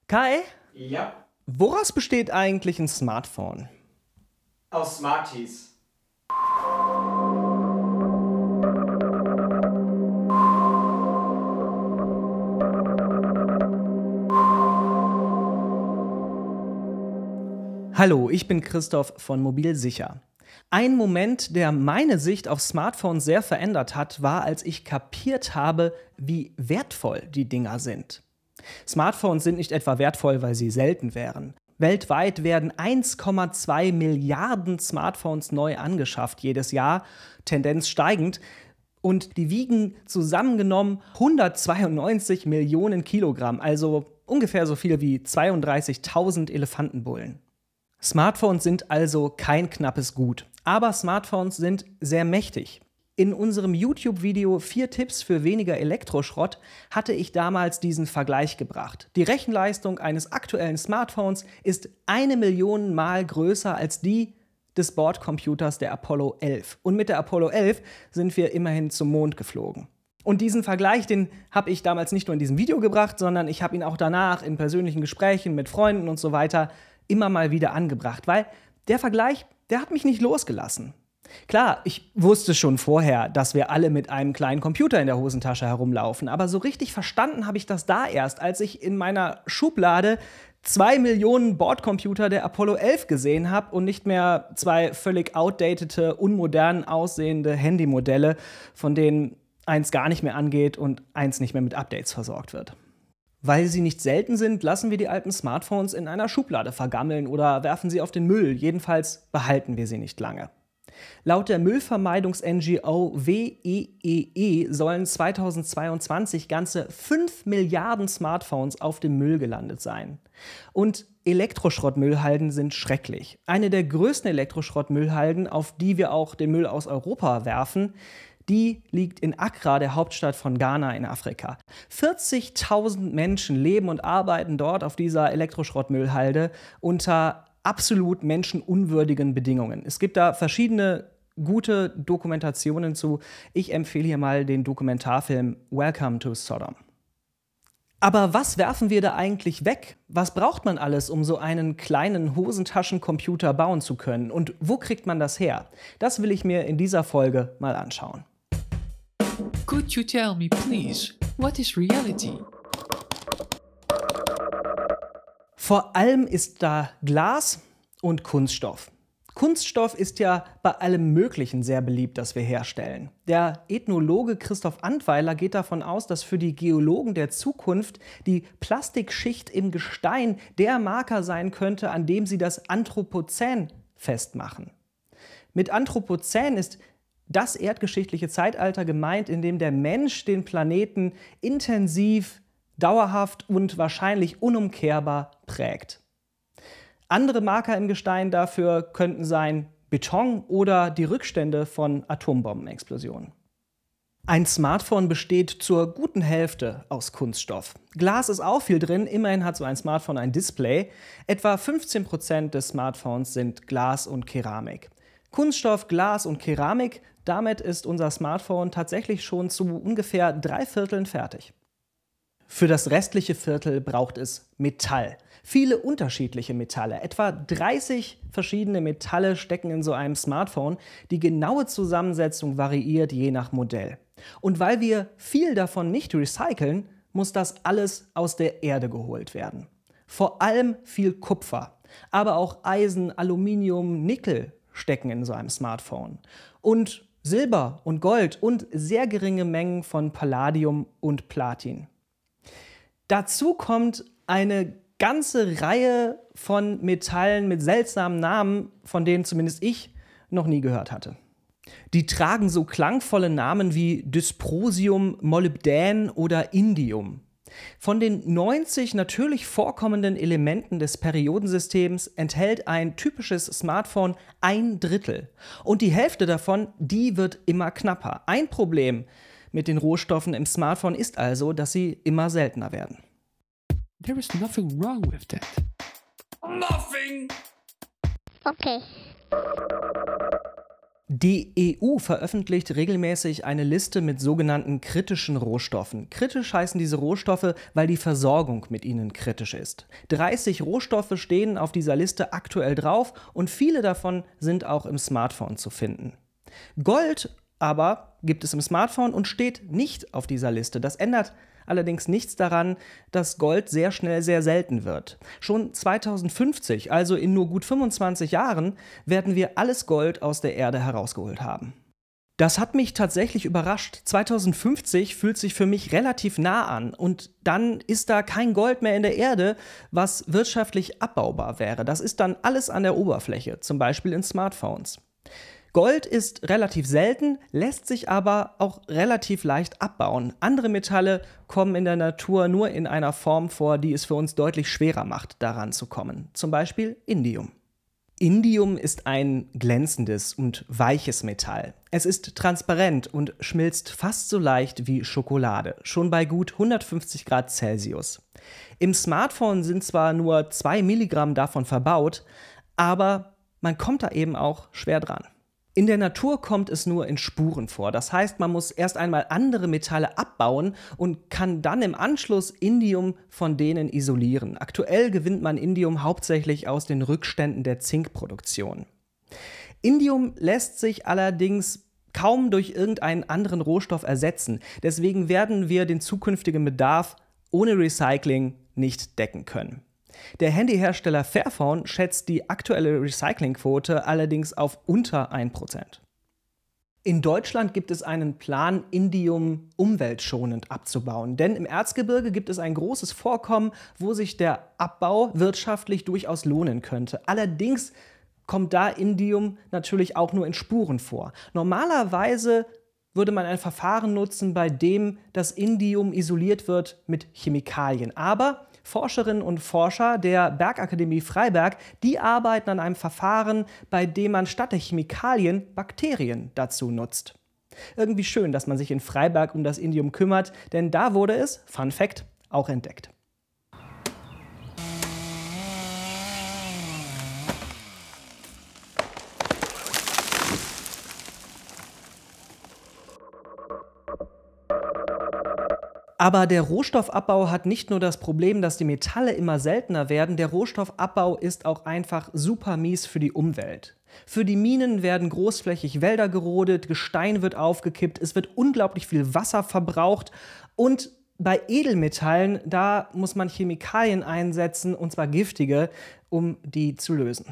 Kai, Ja, woraus besteht eigentlich ein Smartphone? aus Smarties. Hallo, ich bin Christoph von Mobilsicher. Ein Moment, der meine Sicht auf Smartphones sehr verändert hat, war, als ich kapiert habe, wie wertvoll die Dinger sind. Smartphones sind nicht etwa wertvoll, weil sie selten wären. Weltweit werden 1,2 Milliarden Smartphones neu angeschafft jedes Jahr, Tendenz steigend. Und die wiegen zusammengenommen 192 Millionen Kilogramm, also ungefähr so viel wie 32.000 Elefantenbullen. Smartphones sind also kein knappes Gut, aber Smartphones sind sehr mächtig. In unserem YouTube-Video 4 Tipps für weniger Elektroschrott hatte ich damals diesen Vergleich gebracht. Die Rechenleistung eines aktuellen Smartphones ist 1 Million Mal größer als die des Bordcomputers der Apollo 11. Und mit der Apollo 11 sind wir immerhin zum Mond geflogen. Und diesen Vergleich, den habe ich damals nicht nur in diesem Video gebracht, sondern ich habe ihn auch danach in persönlichen Gesprächen mit Freunden und so weiter immer mal wieder angebracht, weil der Vergleich, der hat mich nicht losgelassen. Klar, ich wusste schon vorher, dass wir alle mit einem kleinen Computer in der Hosentasche herumlaufen, aber so richtig verstanden habe ich das da erst, als ich in meiner Schublade 2 Millionen Bordcomputer der Apollo 11 gesehen habe und nicht mehr 2 völlig outdatete, unmodern aussehende Handymodelle, von denen eins gar nicht mehr angeht und eins nicht mehr mit Updates versorgt wird. Weil sie nicht selten sind, lassen wir die alten Smartphones in einer Schublade vergammeln oder werfen sie auf den Müll. Jedenfalls behalten wir sie nicht lange. Laut der Müllvermeidungs-NGO WEEE sollen 2022 ganze 5 Milliarden Smartphones auf dem Müll gelandet sein. Und Elektroschrottmüllhalden sind schrecklich. Eine der größten Elektroschrottmüllhalden, auf die wir auch den Müll aus Europa werfen, die liegt in Accra, der Hauptstadt von Ghana in Afrika. 40.000 Menschen leben und arbeiten dort auf dieser Elektroschrottmüllhalde unter absolut menschenunwürdigen Bedingungen. Es gibt da verschiedene gute Dokumentationen zu. Ich empfehle hier mal den Dokumentarfilm Welcome to Sodom. Aber was werfen wir da eigentlich weg? Was braucht man alles, um so einen kleinen Hosentaschencomputer bauen zu können? Und wo kriegt man das her? Das will ich mir in dieser Folge mal anschauen. Could you tell me, please, what is reality? Vor allem ist da Glas und Kunststoff. Kunststoff ist ja bei allem Möglichen sehr beliebt, das wir herstellen. Der Ethnologe Christoph Antweiler geht davon aus, dass für die Geologen der Zukunft die Plastikschicht im Gestein der Marker sein könnte, an dem sie das Anthropozän festmachen. Mit Anthropozän ist das erdgeschichtliche Zeitalter gemeint, in dem der Mensch den Planeten intensiv, dauerhaft und wahrscheinlich unumkehrbar prägt. Andere Marker im Gestein dafür könnten sein Beton oder die Rückstände von Atombombenexplosionen. Ein Smartphone besteht zur guten Hälfte aus Kunststoff. Glas ist auch viel drin, immerhin hat so ein Smartphone ein Display. Etwa 15% des Smartphones sind Glas und Keramik. Kunststoff, Glas und Keramik, damit ist unser Smartphone tatsächlich schon zu ungefähr 3/4 fertig. Für das restliche Viertel braucht es Metall. Viele unterschiedliche Metalle, etwa 30 verschiedene Metalle stecken in so einem Smartphone. Die genaue Zusammensetzung variiert je nach Modell. Und weil wir viel davon nicht recyceln, muss das alles aus der Erde geholt werden. Vor allem viel Kupfer, aber auch Eisen, Aluminium, Nickel stecken in so einem Smartphone. Und Silber und Gold und sehr geringe Mengen von Palladium und Platin. Dazu kommt eine ganze Reihe von Metallen mit seltsamen Namen, von denen zumindest ich noch nie gehört hatte. Die tragen so klangvolle Namen wie Dysprosium, Molybdän oder Indium. Von den 90 natürlich vorkommenden Elementen des Periodensystems enthält ein typisches Smartphone 1/3. Und die Hälfte davon, die wird immer knapper. Ein Problem mit den Rohstoffen im Smartphone ist also, dass sie immer seltener werden. There is nothing wrong with that. Nothing! Okay. Die EU veröffentlicht regelmäßig eine Liste mit sogenannten kritischen Rohstoffen. Kritisch heißen diese Rohstoffe, weil die Versorgung mit ihnen kritisch ist. 30 Rohstoffe stehen auf dieser Liste aktuell drauf und viele davon sind auch im Smartphone zu finden. Gold aber gibt es im Smartphone und steht nicht auf dieser Liste. Das ändert allerdings nichts daran, dass Gold sehr schnell sehr selten wird. Schon 2050, also in nur gut 25 Jahren, werden wir alles Gold aus der Erde herausgeholt haben. Das hat mich tatsächlich überrascht. 2050 fühlt sich für mich relativ nah an und dann ist da kein Gold mehr in der Erde, was wirtschaftlich abbaubar wäre. Das ist dann alles an der Oberfläche, zum Beispiel in Smartphones. Gold ist relativ selten, lässt sich aber auch relativ leicht abbauen. Andere Metalle kommen in der Natur nur in einer Form vor, die es für uns deutlich schwerer macht, daran zu kommen. Zum Beispiel Indium. Indium ist ein glänzendes und weiches Metall. Es ist transparent und schmilzt fast so leicht wie Schokolade, schon bei gut 150 Grad Celsius. Im Smartphone sind zwar nur 2 Milligramm davon verbaut, aber man kommt da eben auch schwer dran. In der Natur kommt es nur in Spuren vor. Das heißt, man muss erst einmal andere Metalle abbauen und kann dann im Anschluss Indium von denen isolieren. Aktuell gewinnt man Indium hauptsächlich aus den Rückständen der Zinkproduktion. Indium lässt sich allerdings kaum durch irgendeinen anderen Rohstoff ersetzen. Deswegen werden wir den zukünftigen Bedarf ohne Recycling nicht decken können. Der Handyhersteller Fairphone schätzt die aktuelle Recyclingquote allerdings auf unter 1%. In Deutschland gibt es einen Plan, Indium umweltschonend abzubauen. Denn im Erzgebirge gibt es ein großes Vorkommen, wo sich der Abbau wirtschaftlich durchaus lohnen könnte. Allerdings kommt da Indium natürlich auch nur in Spuren vor. Normalerweise würde man ein Verfahren nutzen, bei dem das Indium isoliert wird mit Chemikalien. Aber Forscherinnen und Forscher der Bergakademie Freiberg, die arbeiten an einem Verfahren, bei dem man statt der Chemikalien Bakterien dazu nutzt. Irgendwie schön, dass man sich in Freiberg um das Indium kümmert, denn da wurde es, Fun Fact, auch entdeckt. Aber der Rohstoffabbau hat nicht nur das Problem, dass die Metalle immer seltener werden, der Rohstoffabbau ist auch einfach super mies für die Umwelt. Für die Minen werden großflächig Wälder gerodet, Gestein wird aufgekippt, es wird unglaublich viel Wasser verbraucht und bei Edelmetallen, da muss man Chemikalien einsetzen, und zwar giftige, um die zu lösen.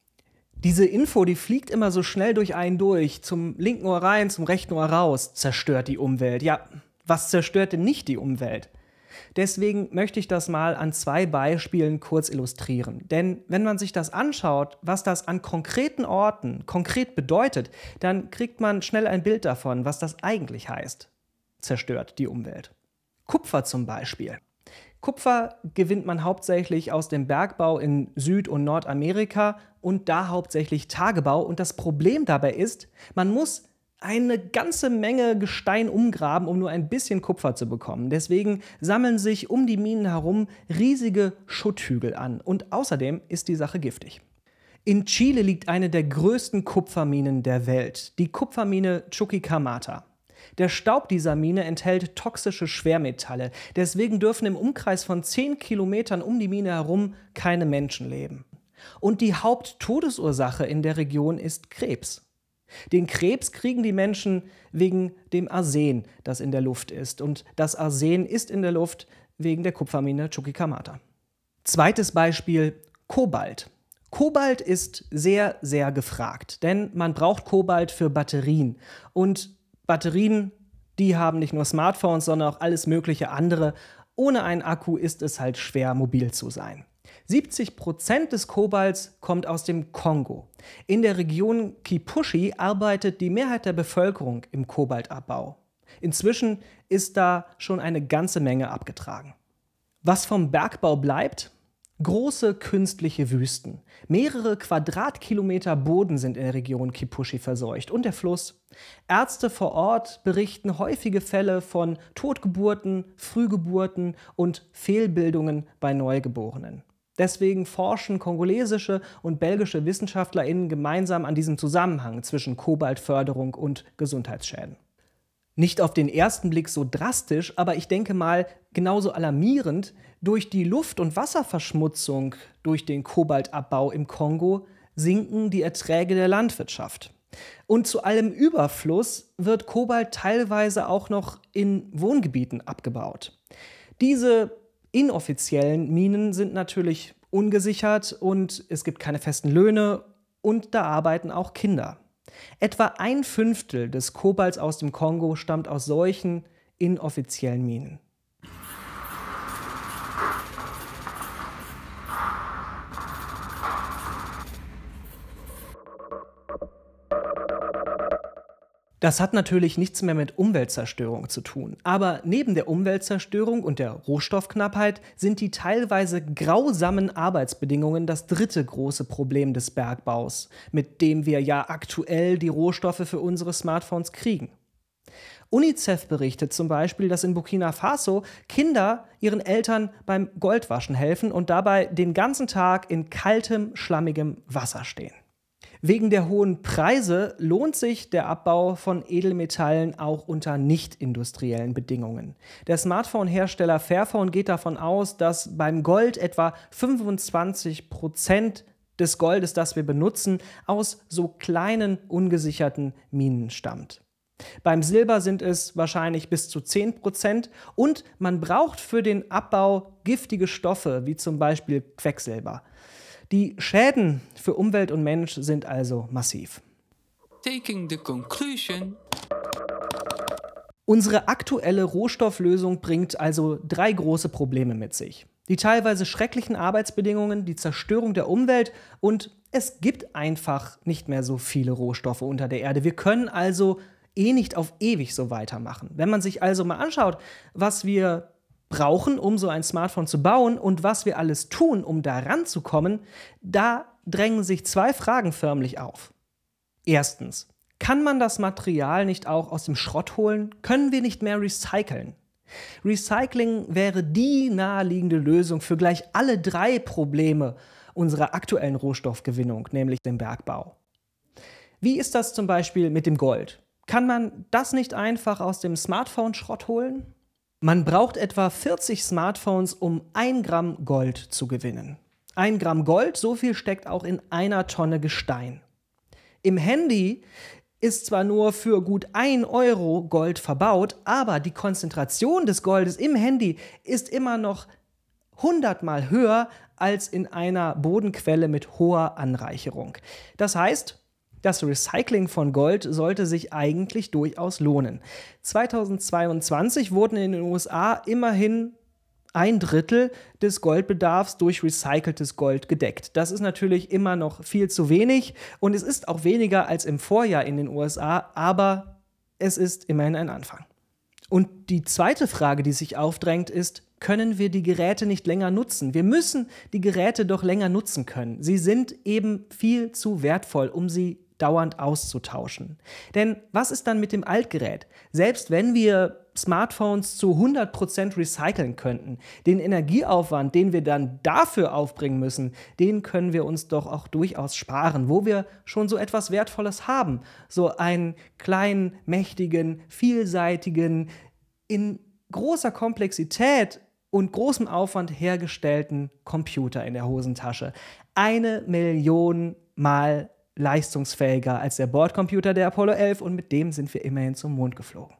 Diese Info, die fliegt immer so schnell durch einen durch, zum linken Ohr rein, zum rechten Ohr raus, zerstört die Umwelt. Ja, was zerstört denn nicht die Umwelt? Deswegen möchte ich das mal an 2 Beispielen kurz illustrieren. Denn wenn man sich das anschaut, was das an konkreten Orten konkret bedeutet, dann kriegt man schnell ein Bild davon, was das eigentlich heißt. Zerstört die Umwelt. Kupfer zum Beispiel. Kupfer gewinnt man hauptsächlich aus dem Bergbau in Süd- und Nordamerika und da hauptsächlich Tagebau. Und das Problem dabei ist, man muss eine ganze Menge Gestein umgraben, um nur ein bisschen Kupfer zu bekommen. Deswegen sammeln sich um die Minen herum riesige Schutthügel an. Und außerdem ist die Sache giftig. In Chile liegt eine der größten Kupferminen der Welt, die Kupfermine Chuquicamata. Der Staub dieser Mine enthält toxische Schwermetalle. Deswegen dürfen im Umkreis von 10 Kilometern um die Mine herum keine Menschen leben. Und die Haupttodesursache in der Region ist Krebs. Den Krebs kriegen die Menschen wegen dem Arsen, das in der Luft ist. Und das Arsen ist in der Luft wegen der Kupfermine Chuquicamata. Zweites Beispiel: Kobalt. Kobalt ist sehr, sehr gefragt, denn man braucht Kobalt für Batterien. Und Batterien, die haben nicht nur Smartphones, sondern auch alles mögliche andere. Ohne einen Akku ist es halt schwer, mobil zu sein. 70% des Kobalts kommt aus dem Kongo. In der Region Kipushi arbeitet die Mehrheit der Bevölkerung im Kobaltabbau. Inzwischen ist da schon eine ganze Menge abgetragen. Was vom Bergbau bleibt? Große künstliche Wüsten. Mehrere Quadratkilometer Boden sind in der Region Kipushi verseucht und der Fluss. Ärzte vor Ort berichten häufige Fälle von Totgeburten, Frühgeburten und Fehlbildungen bei Neugeborenen. Deswegen forschen kongolesische und belgische WissenschaftlerInnen gemeinsam an diesem Zusammenhang zwischen Kobaltförderung und Gesundheitsschäden. Nicht auf den ersten Blick so drastisch, aber ich denke mal genauso alarmierend: Durch die Luft- und Wasserverschmutzung durch den Kobaltabbau im Kongo sinken die Erträge der Landwirtschaft. Und zu allem Überfluss wird Kobalt teilweise auch noch in Wohngebieten abgebaut. Diese inoffiziellen Minen sind natürlich ungesichert und es gibt keine festen Löhne und da arbeiten auch Kinder. Etwa 1/5 des Kobalts aus dem Kongo stammt aus solchen inoffiziellen Minen. Das hat natürlich nichts mehr mit Umweltzerstörung zu tun. Aber neben der Umweltzerstörung und der Rohstoffknappheit sind die teilweise grausamen Arbeitsbedingungen das dritte große Problem des Bergbaus, mit dem wir ja aktuell die Rohstoffe für unsere Smartphones kriegen. UNICEF berichtet zum Beispiel, dass in Burkina Faso Kinder ihren Eltern beim Goldwaschen helfen und dabei den ganzen Tag in kaltem, schlammigem Wasser stehen. Wegen der hohen Preise lohnt sich der Abbau von Edelmetallen auch unter nicht-industriellen Bedingungen. Der Smartphone-Hersteller Fairphone geht davon aus, dass beim Gold etwa 25% des Goldes, das wir benutzen, aus so kleinen, ungesicherten Minen stammt. Beim Silber sind es wahrscheinlich bis zu 10% und man braucht für den Abbau giftige Stoffe, wie zum Beispiel Quecksilber. Die Schäden für Umwelt und Mensch sind also massiv. Taking the conclusion. Unsere aktuelle Rohstofflösung bringt also 3 große Probleme mit sich: Die teilweise schrecklichen Arbeitsbedingungen, die Zerstörung der Umwelt und es gibt einfach nicht mehr so viele Rohstoffe unter der Erde. Wir können also nicht auf ewig so weitermachen. Wenn man sich also mal anschaut, was wir brauchen, um so ein Smartphone zu bauen und was wir alles tun, um da ranzukommen, da drängen sich 2 Fragen förmlich auf. Erstens: Kann man das Material nicht auch aus dem Schrott holen? Können wir nicht mehr recyceln? Recycling wäre die naheliegende Lösung für gleich alle 3 Probleme unserer aktuellen Rohstoffgewinnung, nämlich dem Bergbau. Wie ist das zum Beispiel mit dem Gold? Kann man das nicht einfach aus dem Smartphone-Schrott holen? Man braucht etwa 40 Smartphones, um 1 Gramm Gold zu gewinnen. 1 Gramm Gold, so viel steckt auch in 1 Tonne Gestein. Im Handy ist zwar nur für gut 1 Euro Gold verbaut, aber die Konzentration des Goldes im Handy ist immer noch 100-mal höher als in einer Bodenquelle mit hoher Anreicherung. Das heißt, das Recycling von Gold sollte sich eigentlich durchaus lohnen. 2022 wurden in den USA immerhin 1/3 des Goldbedarfs durch recyceltes Gold gedeckt. Das ist natürlich immer noch viel zu wenig und es ist auch weniger als im Vorjahr in den USA, aber es ist immerhin ein Anfang. Und die zweite Frage, die sich aufdrängt, ist: Können wir die Geräte nicht länger nutzen? Wir müssen die Geräte doch länger nutzen können. Sie sind eben viel zu wertvoll, um sie dauernd auszutauschen. Denn was ist dann mit dem Altgerät? Selbst wenn wir Smartphones zu 100% recyceln könnten, den Energieaufwand, den wir dann dafür aufbringen müssen, den können wir uns doch auch durchaus sparen, wo wir schon so etwas Wertvolles haben. So einen kleinen, mächtigen, vielseitigen, in großer Komplexität und großem Aufwand hergestellten Computer in der Hosentasche. 1 Million Mal leistungsfähiger als der Bordcomputer der Apollo 11 und mit dem sind wir immerhin zum Mond geflogen.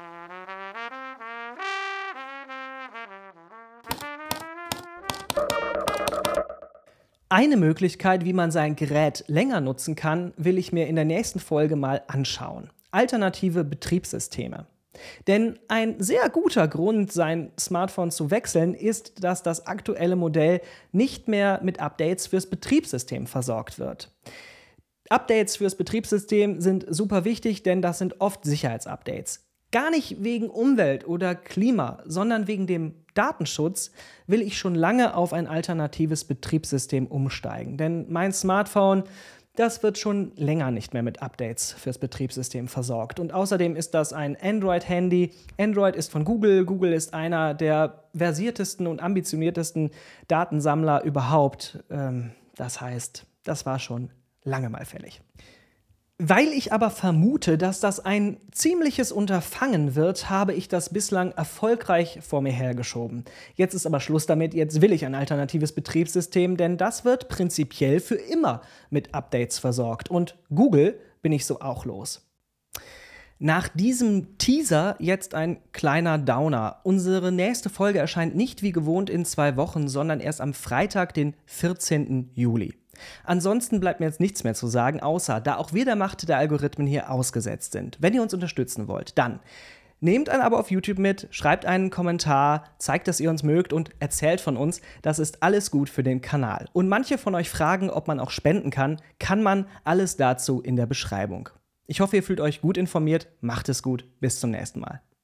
Eine Möglichkeit, wie man sein Gerät länger nutzen kann, will ich mir in der nächsten Folge mal anschauen: Alternative Betriebssysteme. Denn ein sehr guter Grund, sein Smartphone zu wechseln, ist, dass das aktuelle Modell nicht mehr mit Updates fürs Betriebssystem versorgt wird. Updates fürs Betriebssystem sind super wichtig, denn das sind oft Sicherheitsupdates. Gar nicht wegen Umwelt oder Klima, sondern wegen dem Datenschutz will ich schon lange auf ein alternatives Betriebssystem umsteigen. Denn mein Smartphone, Das wird schon länger nicht mehr mit Updates fürs Betriebssystem versorgt. Und außerdem ist das ein Android-Handy. Android ist von Google. Google ist einer der versiertesten und ambitioniertesten Datensammler überhaupt. Das heißt, das war schon lange mal fällig. Weil ich aber vermute, dass das ein ziemliches Unterfangen wird, habe ich das bislang erfolgreich vor mir hergeschoben. Jetzt ist aber Schluss damit, jetzt will ich ein alternatives Betriebssystem, denn das wird prinzipiell für immer mit Updates versorgt. Und Google bin ich so auch los. Nach diesem Teaser jetzt ein kleiner Downer. Unsere nächste Folge erscheint nicht wie gewohnt in 2 Wochen, sondern erst am Freitag, den 14. Juli. Ansonsten bleibt mir jetzt nichts mehr zu sagen, außer, da auch wir der Macht der Algorithmen hier ausgesetzt sind. Wenn ihr uns unterstützen wollt, dann nehmt ein Abo auf YouTube mit, schreibt einen Kommentar, zeigt, dass ihr uns mögt und erzählt von uns. Das ist alles gut für den Kanal. Und manche von euch fragen, ob man auch spenden kann. Kann man, alles dazu in der Beschreibung. Ich hoffe, ihr fühlt euch gut informiert. Macht es gut. Bis zum nächsten Mal.